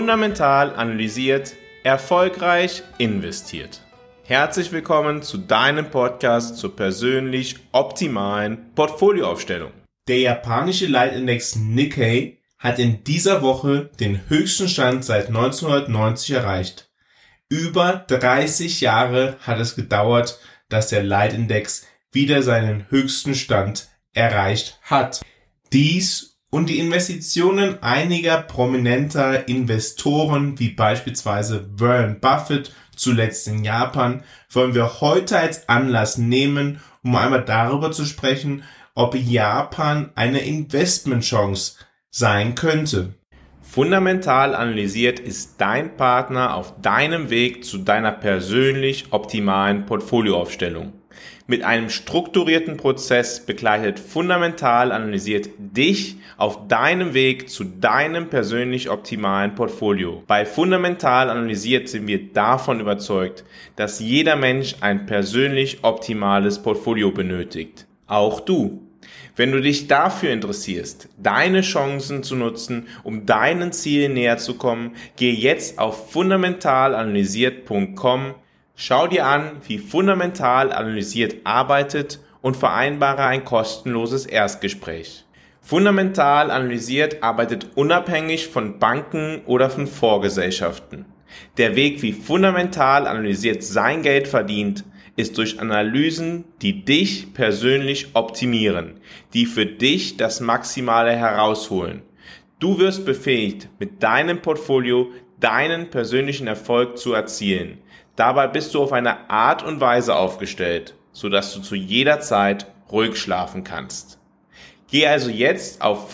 Fundamental analysiert, erfolgreich investiert. Herzlich willkommen zu deinem Podcast zur persönlich optimalen Portfolioaufstellung. Der japanische Leitindex Nikkei hat in dieser Woche den höchsten Stand seit 1990 erreicht. Über 30 Jahre hat es gedauert, dass der Leitindex wieder seinen höchsten Stand erreicht hat. Dies und die Investitionen einiger prominenter Investoren, wie beispielsweise Warren Buffett, zuletzt in Japan, wollen wir heute als Anlass nehmen, um einmal darüber zu sprechen, ob Japan eine Investmentchance sein könnte. Fundamental analysiert ist dein Partner auf deinem Weg zu deiner persönlich optimalen Portfolioaufstellung. Mit einem strukturierten Prozess begleitet Fundamental analysiert dich auf deinem Weg zu deinem persönlich optimalen Portfolio. Bei Fundamental analysiert sind wir davon überzeugt, dass jeder Mensch ein persönlich optimales Portfolio benötigt. Auch du. Wenn du dich dafür interessierst, deine Chancen zu nutzen, um deinen Zielen näher zu kommen, gehe jetzt auf fundamentalanalysiert.com. Schau dir an, wie Fundamental analysiert arbeitet und vereinbare ein kostenloses Erstgespräch. Fundamental analysiert arbeitet unabhängig von Banken oder von Fondsgesellschaften. Der Weg, wie Fundamental analysiert sein Geld verdient, ist durch Analysen, die dich persönlich optimieren, die für dich das Maximale herausholen. Du wirst befähigt, mit deinem Portfolio deinen persönlichen Erfolg zu erzielen. Dabei bist du auf eine Art und Weise aufgestellt, sodass du zu jeder Zeit ruhig schlafen kannst. Geh also jetzt auf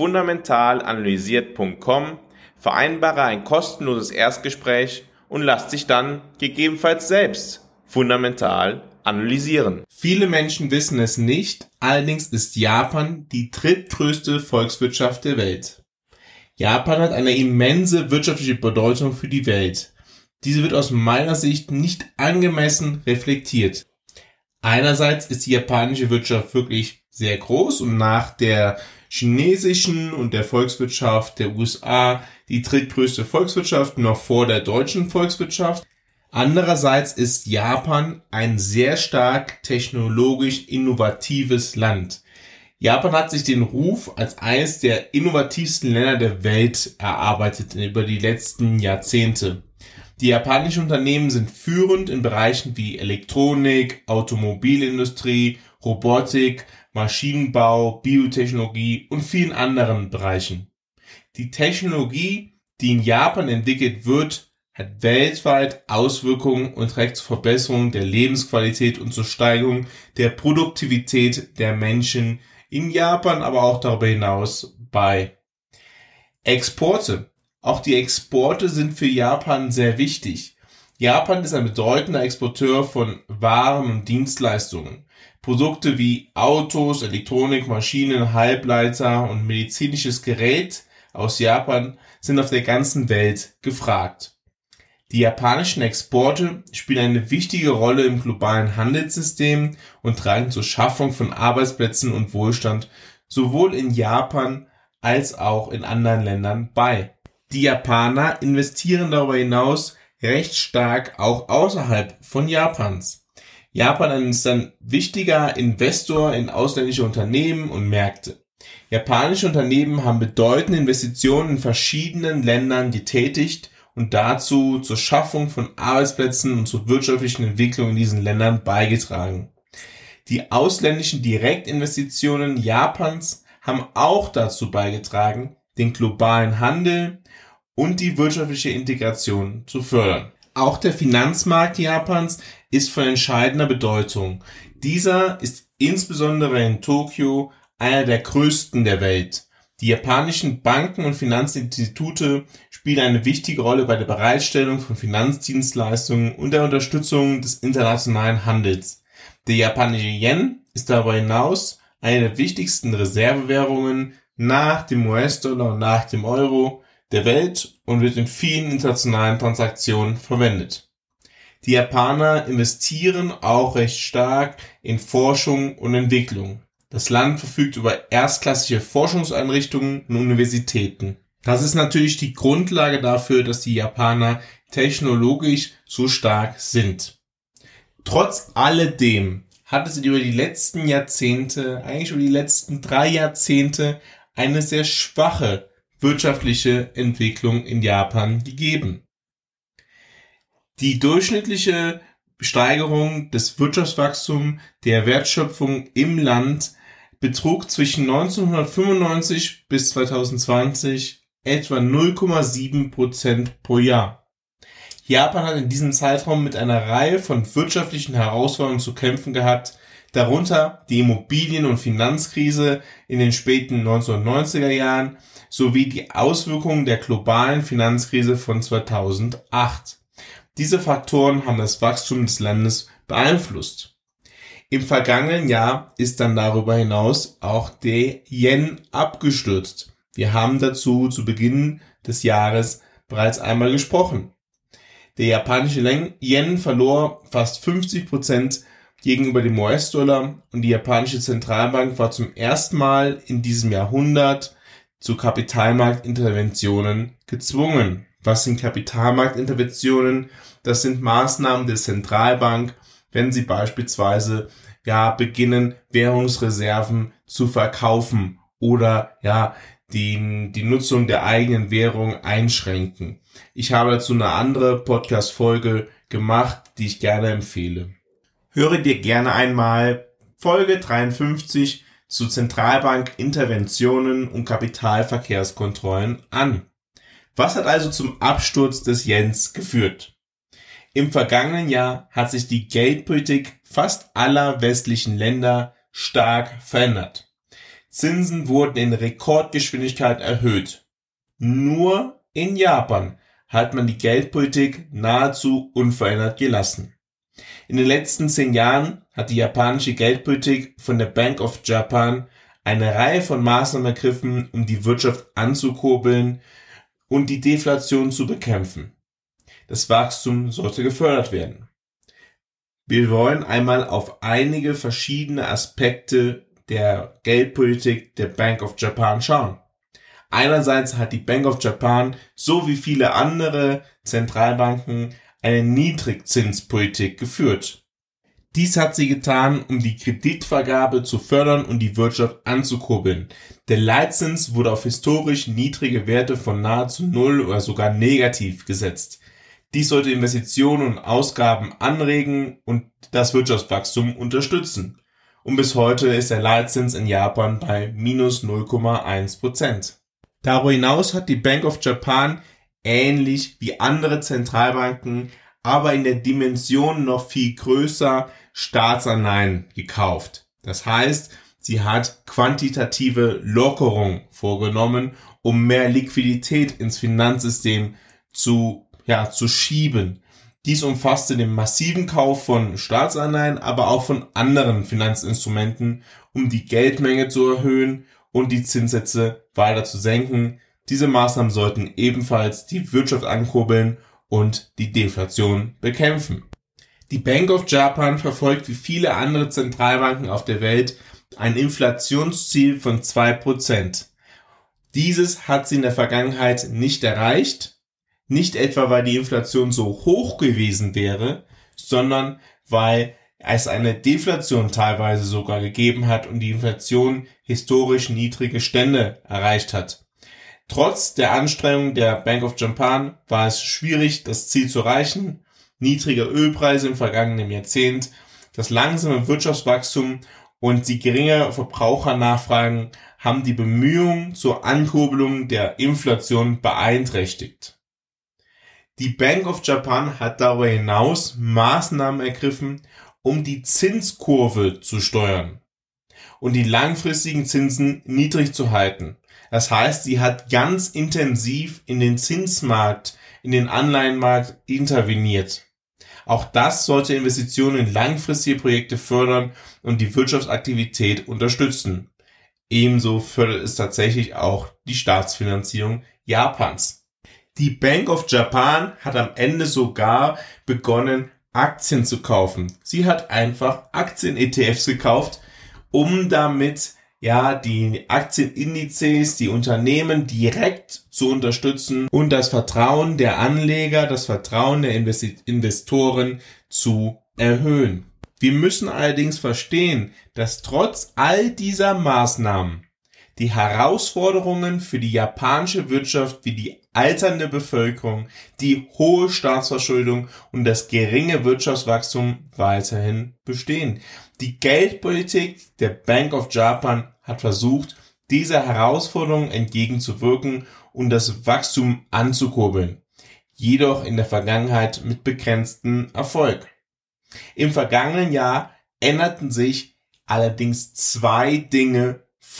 fundamentalanalysiert.com, vereinbare ein kostenloses Erstgespräch und lass dich dann gegebenenfalls selbst fundamental analysieren. Viele Menschen wissen es nicht, allerdings ist Japan die drittgrößte Volkswirtschaft der Welt. Japan hat eine immense wirtschaftliche Bedeutung für die Welt. Diese wird aus meiner Sicht nicht angemessen reflektiert. Einerseits ist die japanische Wirtschaft wirklich sehr groß und nach der chinesischen und der Volkswirtschaft der USA die drittgrößte Volkswirtschaft, noch vor der deutschen Volkswirtschaft. Andererseits ist Japan ein sehr stark technologisch innovatives Land. Japan hat sich den Ruf als eines der innovativsten Länder der Welt erarbeitet über die letzten Jahrzehnte. Die japanischen Unternehmen sind führend in Bereichen wie Elektronik, Automobilindustrie, Robotik, Maschinenbau, Biotechnologie und vielen anderen Bereichen. Die Technologie, die in Japan entwickelt wird, hat weltweit Auswirkungen und trägt zur Verbesserung der Lebensqualität und zur Steigerung der Produktivität der Menschen in Japan, aber auch darüber hinaus bei. Exporte. Auch die Exporte sind für Japan sehr wichtig. Japan ist ein bedeutender Exporteur von Waren und Dienstleistungen. Produkte wie Autos, Elektronik, Maschinen, Halbleiter und medizinisches Gerät aus Japan sind auf der ganzen Welt gefragt. Die japanischen Exporte spielen eine wichtige Rolle im globalen Handelssystem und tragen zur Schaffung von Arbeitsplätzen und Wohlstand sowohl in Japan als auch in anderen Ländern bei. Die Japaner investieren darüber hinaus recht stark auch außerhalb von Japans. Japan ist ein wichtiger Investor in ausländische Unternehmen und Märkte. Japanische Unternehmen haben bedeutende Investitionen in verschiedenen Ländern getätigt und dazu zur Schaffung von Arbeitsplätzen und zur wirtschaftlichen Entwicklung in diesen Ländern beigetragen. Die ausländischen Direktinvestitionen Japans haben auch dazu beigetragen, den globalen Handel und die wirtschaftliche Integration zu fördern. Auch der Finanzmarkt Japans ist von entscheidender Bedeutung. Dieser ist insbesondere in Tokio einer der größten der Welt. Die japanischen Banken und Finanzinstitute spielen eine wichtige Rolle bei der Bereitstellung von Finanzdienstleistungen und der Unterstützung des internationalen Handels. Der japanische Yen ist darüber hinaus eine der wichtigsten Reservewährungen nach dem US-Dollar und nach dem Euro der Welt und wird in vielen internationalen Transaktionen verwendet. Die Japaner investieren auch recht stark in Forschung und Entwicklung. Das Land verfügt über erstklassige Forschungseinrichtungen und Universitäten. Das ist natürlich die Grundlage dafür, dass die Japaner technologisch so stark sind. Trotz alledem hat es über die letzten Jahrzehnte, eigentlich über die letzten 3 Jahrzehnte, eine sehr schwache wirtschaftliche Entwicklung in Japan gegeben. Die durchschnittliche Steigerung des Wirtschaftswachstums der Wertschöpfung im Land betrug zwischen 1995 bis 2020 etwa 0,7% pro Jahr. Japan hat in diesem Zeitraum mit einer Reihe von wirtschaftlichen Herausforderungen zu kämpfen gehabt, darunter die Immobilien- und Finanzkrise in den späten 1990er Jahren sowie die Auswirkungen der globalen Finanzkrise von 2008. Diese Faktoren haben das Wachstum des Landes beeinflusst. Im vergangenen Jahr ist dann darüber hinaus auch der Yen abgestürzt. Wir haben dazu zu Beginn des Jahres bereits einmal gesprochen. Der japanische Yen verlor fast 50% gegenüber dem US-Dollar und die japanische Zentralbank war zum ersten Mal in diesem Jahrhundert zu Kapitalmarktinterventionen gezwungen. Was sind Kapitalmarktinterventionen? Das sind Maßnahmen der Zentralbank, wenn sie beispielsweise beginnen, Währungsreserven zu verkaufen oder die Nutzung der eigenen Währung einschränken. Ich habe dazu eine andere Podcast-Folge gemacht, die ich gerne empfehle. Höre dir gerne einmal Folge 53 zu Zentralbank-Interventionen und Kapitalverkehrskontrollen an. Was hat also zum Absturz des Yens geführt? Im vergangenen Jahr hat sich die Geldpolitik fast aller westlichen Länder stark verändert. Zinsen wurden in Rekordgeschwindigkeit erhöht. Nur in Japan hat man die Geldpolitik nahezu unverändert gelassen. In den letzten 10 Jahren hat die japanische Geldpolitik von der Bank of Japan eine Reihe von Maßnahmen ergriffen, um die Wirtschaft anzukurbeln und die Deflation zu bekämpfen. Das Wachstum sollte gefördert werden. Wir wollen einmal auf einige verschiedene Aspekte der Geldpolitik der Bank of Japan schauen. Einerseits hat die Bank of Japan, so wie viele andere Zentralbanken, eine Niedrigzinspolitik geführt. Dies hat sie getan, um die Kreditvergabe zu fördern und die Wirtschaft anzukurbeln. Der Leitzins wurde auf historisch niedrige Werte von nahezu null oder sogar negativ gesetzt. Dies sollte Investitionen und Ausgaben anregen und das Wirtschaftswachstum unterstützen. Und bis heute ist der Leitzins in Japan bei minus 0,1%. Darüber hinaus hat die Bank of Japan ähnlich wie andere Zentralbanken, aber in der Dimension noch viel größer Staatsanleihen gekauft. Das heißt, sie hat quantitative Lockerung vorgenommen, um mehr Liquidität ins Finanzsystem zu schieben. Dies umfasste den massiven Kauf von Staatsanleihen, aber auch von anderen Finanzinstrumenten, um die Geldmenge zu erhöhen und die Zinssätze weiter zu senken. Diese Maßnahmen sollten ebenfalls die Wirtschaft ankurbeln und die Deflation bekämpfen. Die Bank of Japan verfolgt wie viele andere Zentralbanken auf der Welt ein Inflationsziel von 2%. Dieses hat sie in der Vergangenheit nicht erreicht. Nicht etwa, weil die Inflation so hoch gewesen wäre, sondern weil es eine Deflation teilweise sogar gegeben hat und die Inflation historisch niedrige Stände erreicht hat. Trotz der Anstrengungen der Bank of Japan war es schwierig, das Ziel zu erreichen. Niedrige Ölpreise im vergangenen Jahrzehnt, das langsame Wirtschaftswachstum und die geringe Verbrauchernachfragen haben die Bemühungen zur Ankurbelung der Inflation beeinträchtigt. Die Bank of Japan hat darüber hinaus Maßnahmen ergriffen, um die Zinskurve zu steuern und die langfristigen Zinsen niedrig zu halten. Das heißt, sie hat ganz intensiv in den Zinsmarkt, in den Anleihenmarkt interveniert. Auch das sollte Investitionen in langfristige Projekte fördern und die Wirtschaftsaktivität unterstützen. Ebenso fördert es tatsächlich auch die Staatsfinanzierung Japans. Die Bank of Japan hat am Ende sogar begonnen, Aktien zu kaufen. Sie hat einfach Aktien-ETFs gekauft, um damit ja, die Aktienindizes, die Unternehmen direkt zu unterstützen und das Vertrauen der Anleger, das Vertrauen der Investoren zu erhöhen. Wir müssen allerdings verstehen, dass trotz all dieser Maßnahmen die Herausforderungen für die japanische Wirtschaft wie die alternde Bevölkerung, die hohe Staatsverschuldung und das geringe Wirtschaftswachstum weiterhin bestehen. Die Geldpolitik der Bank of Japan hat versucht, dieser Herausforderung entgegenzuwirken und das Wachstum anzukurbeln, jedoch in der Vergangenheit mit begrenztem Erfolg. Im vergangenen Jahr änderten sich allerdings zwei Dinge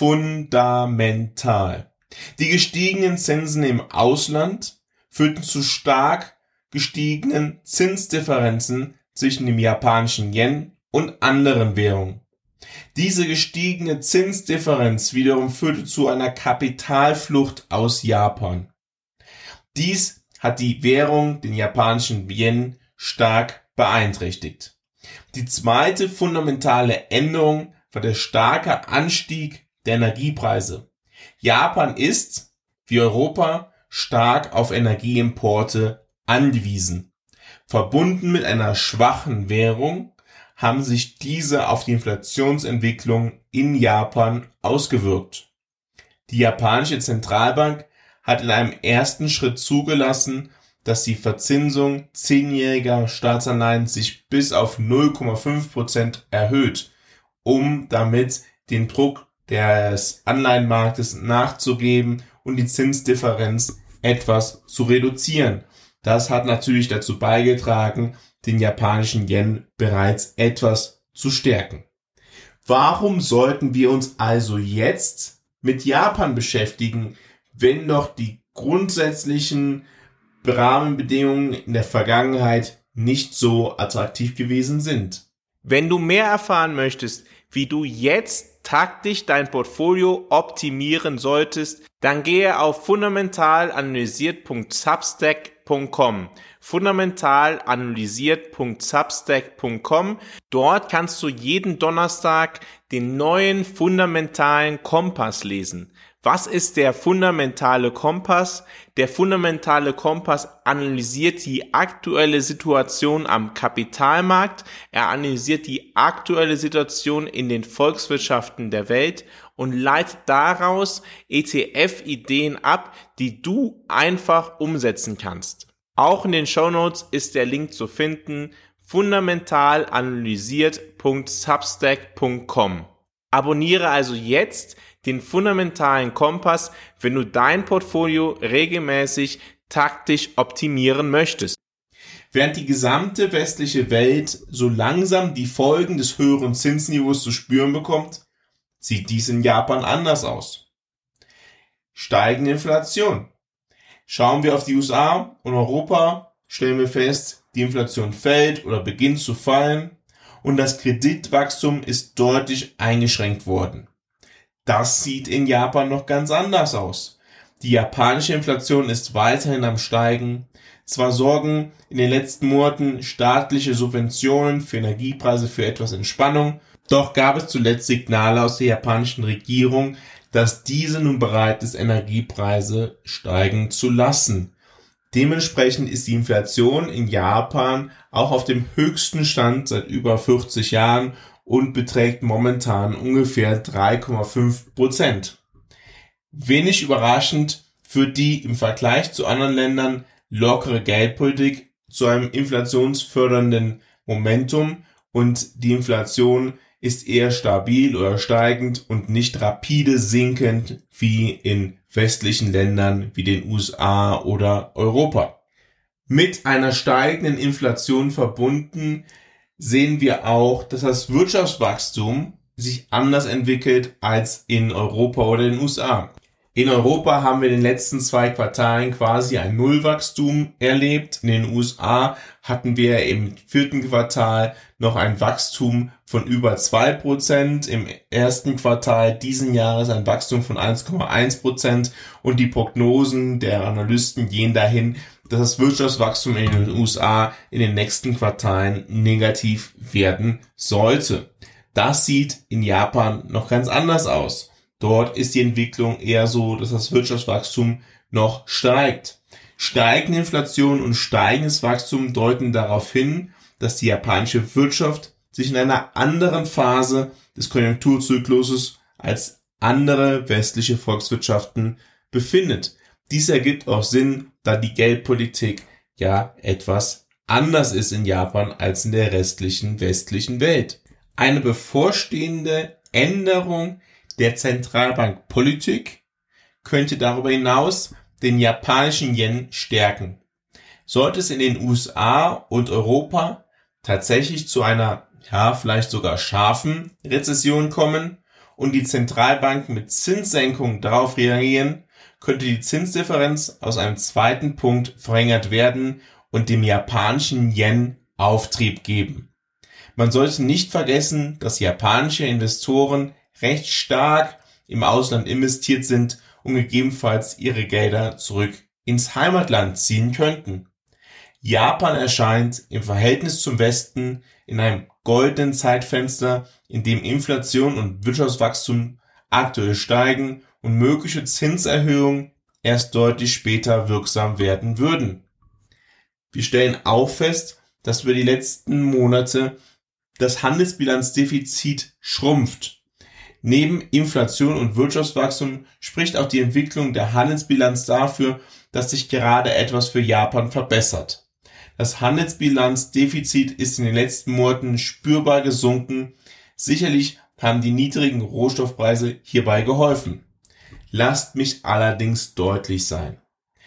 fundamental. Die gestiegenen Zinsen im Ausland führten zu stark gestiegenen Zinsdifferenzen zwischen dem japanischen Yen und anderen Währungen. Diese gestiegene Zinsdifferenz wiederum führte zu einer Kapitalflucht aus Japan. Dies hat die Währung, den japanischen Yen, stark beeinträchtigt. Die zweite fundamentale Änderung war der starke Anstieg der Energiepreise. Japan ist, wie Europa, stark auf Energieimporte angewiesen. Verbunden mit einer schwachen Währung haben sich diese auf die Inflationsentwicklung in Japan ausgewirkt. Die japanische Zentralbank hat in einem ersten Schritt zugelassen, dass die Verzinsung 10-jähriger Staatsanleihen sich bis auf 0,5% erhöht, um damit den Druck des Anleihenmarktes nachzugeben und die Zinsdifferenz etwas zu reduzieren. Das hat natürlich dazu beigetragen, den japanischen Yen bereits etwas zu stärken. Warum sollten wir uns also jetzt mit Japan beschäftigen, wenn doch die grundsätzlichen Rahmenbedingungen in der Vergangenheit nicht so attraktiv gewesen sind? Wenn du mehr erfahren möchtest, wie du jetzt taktisch dein Portfolio optimieren solltest, dann gehe auf fundamentalanalysiert.substack.com. fundamentalanalysiert.substack.com. Dort kannst du jeden Donnerstag den neuen fundamentalen Kompass lesen. Was ist der fundamentale Kompass? Der fundamentale Kompass analysiert die aktuelle Situation am Kapitalmarkt, er analysiert die aktuelle Situation in den Volkswirtschaften der Welt und leitet daraus ETF-Ideen ab, die du einfach umsetzen kannst. Auch in den Shownotes ist der Link zu finden, fundamentalanalysiert.substack.com. Abonniere also jetzt den fundamentalen Kompass, wenn du dein Portfolio regelmäßig taktisch optimieren möchtest. Während die gesamte westliche Welt so langsam die Folgen des höheren Zinsniveaus zu spüren bekommt, sieht dies in Japan anders aus. Steigende Inflation. Schauen wir auf die USA und Europa, stellen wir fest, die Inflation fällt oder beginnt zu fallen und das Kreditwachstum ist deutlich eingeschränkt worden. Das sieht in Japan noch ganz anders aus. Die japanische Inflation ist weiterhin am Steigen. Zwar sorgen in den letzten Monaten staatliche Subventionen für Energiepreise für etwas Entspannung, doch gab es zuletzt Signale aus der japanischen Regierung, dass diese nun bereit ist, Energiepreise steigen zu lassen. Dementsprechend ist die Inflation in Japan auch auf dem höchsten Stand seit über 40 Jahren und beträgt momentan ungefähr 3,5%. Wenig überraschend führt die im Vergleich zu anderen Ländern lockere Geldpolitik zu einem inflationsfördernden Momentum und die Inflation ist eher stabil oder steigend und nicht rapide sinkend wie in westlichen Ländern wie den USA oder Europa. Mit einer steigenden Inflation verbunden sehen wir auch, dass das Wirtschaftswachstum sich anders entwickelt als in Europa oder den USA. In Europa haben wir in den letzten 2 Quartalen quasi ein Nullwachstum erlebt. In den USA hatten wir im 4. Quartal noch ein Wachstum von über 2%. Im ersten Quartal diesen Jahres ein Wachstum von 1,1% und die Prognosen der Analysten gehen dahin, dass das Wirtschaftswachstum in den USA in den nächsten Quartalen negativ werden sollte. Das sieht in Japan noch ganz anders aus. Dort ist die Entwicklung eher so, dass das Wirtschaftswachstum noch steigt. Steigende Inflation und steigendes Wachstum deuten darauf hin, dass die japanische Wirtschaft sich in einer anderen Phase des Konjunkturzykluses als andere westliche Volkswirtschaften befindet. Dies ergibt auch Sinn, da die Geldpolitik ja etwas anders ist in Japan als in der restlichen westlichen Welt. Eine bevorstehende Änderung der Zentralbankpolitik könnte darüber hinaus den japanischen Yen stärken. Sollte es in den USA und Europa tatsächlich zu einer, vielleicht sogar scharfen Rezession kommen und die Zentralbanken mit Zinssenkungen darauf reagieren, könnte die Zinsdifferenz aus einem zweiten Punkt verringert werden und dem japanischen Yen Auftrieb geben. Man sollte nicht vergessen, dass japanische Investoren recht stark im Ausland investiert sind und gegebenenfalls ihre Gelder zurück ins Heimatland ziehen könnten. Japan erscheint im Verhältnis zum Westen in einem goldenen Zeitfenster, in dem Inflation und Wirtschaftswachstum aktuell steigen und mögliche Zinserhöhungen erst deutlich später wirksam werden würden. Wir stellen auch fest, dass über die letzten Monate das Handelsbilanzdefizit schrumpft. Neben Inflation und Wirtschaftswachstum spricht auch die Entwicklung der Handelsbilanz dafür, dass sich gerade etwas für Japan verbessert. Das Handelsbilanzdefizit ist in den letzten Monaten spürbar gesunken. Sicherlich haben die niedrigen Rohstoffpreise hierbei geholfen. Lasst mich allerdings deutlich sein.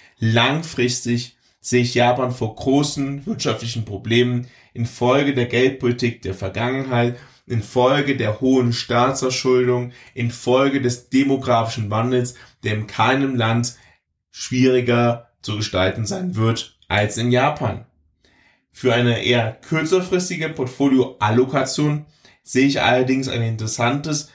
Langfristig sehe ich Japan vor großen wirtschaftlichen Problemen infolge der Geldpolitik der Vergangenheit, infolge der hohen Staatsverschuldung, infolge des demografischen Wandels, der in keinem Land schwieriger zu gestalten sein wird als in Japan. Für eine eher kürzerfristige Portfolioallokation sehe ich allerdings ein interessantes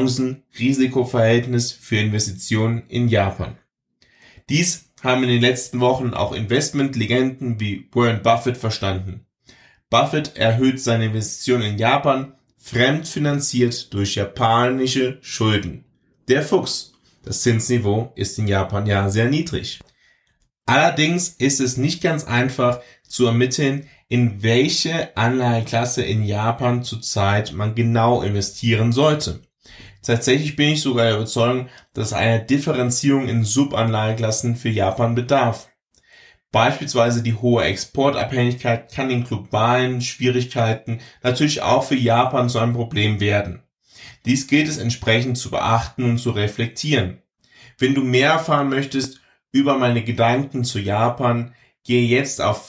Chancen-Risiko-Verhältnis für Investitionen in Japan. Dies haben in den letzten Wochen auch Investmentlegenden wie Warren Buffett verstanden. Buffett erhöht seine Investitionen in Japan, fremdfinanziert durch japanische Schulden. Der Fuchs. Das Zinsniveau ist in Japan ja sehr niedrig. Allerdings ist es nicht ganz einfach zu ermitteln, in welche Anleihenklasse in Japan zurzeit man genau investieren sollte. Tatsächlich bin ich sogar der Überzeugung, dass eine Differenzierung in Subanleihenklassen für Japan bedarf. Beispielsweise die hohe Exportabhängigkeit kann in globalen Schwierigkeiten natürlich auch für Japan zu einem Problem werden. Dies gilt es entsprechend zu beachten und zu reflektieren. Wenn du mehr erfahren möchtest über meine Gedanken zu Japan, gehe jetzt auf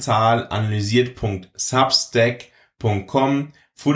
fundamentalanalysiert.substack.com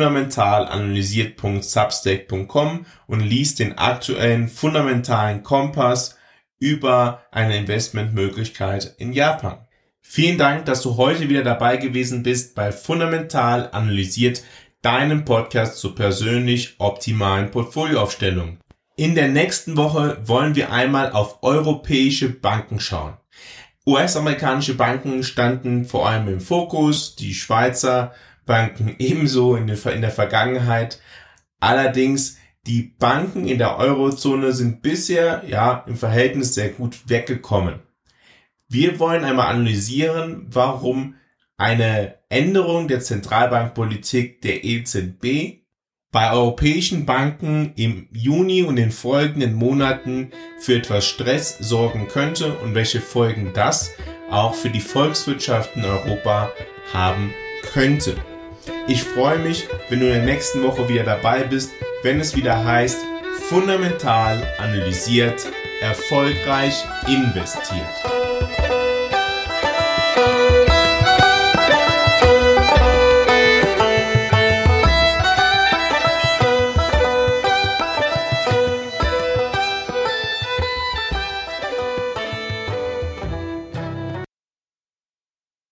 fundamentalanalysiert.substack.com und lies den aktuellen fundamentalen Kompass über eine Investmentmöglichkeit in Japan. Vielen Dank, dass du heute wieder dabei gewesen bist bei Fundamental Analysiert, deinem Podcast zur persönlich optimalen Portfolioaufstellung. In der nächsten Woche wollen wir einmal auf europäische Banken schauen. US-amerikanische Banken standen vor allem im Fokus, die Schweizer Banken ebenso in der Vergangenheit. Allerdings die Banken in der Eurozone sind bisher im Verhältnis sehr gut weggekommen. Wir wollen einmal analysieren, warum eine Änderung der Zentralbankpolitik der EZB bei europäischen Banken im Juni und den folgenden Monaten für etwas Stress sorgen könnte und welche Folgen das auch für die Volkswirtschaft in Europa haben könnte. Ich freue mich, wenn du in der nächsten Woche wieder dabei bist, wenn es wieder heißt, fundamental analysiert, erfolgreich investiert.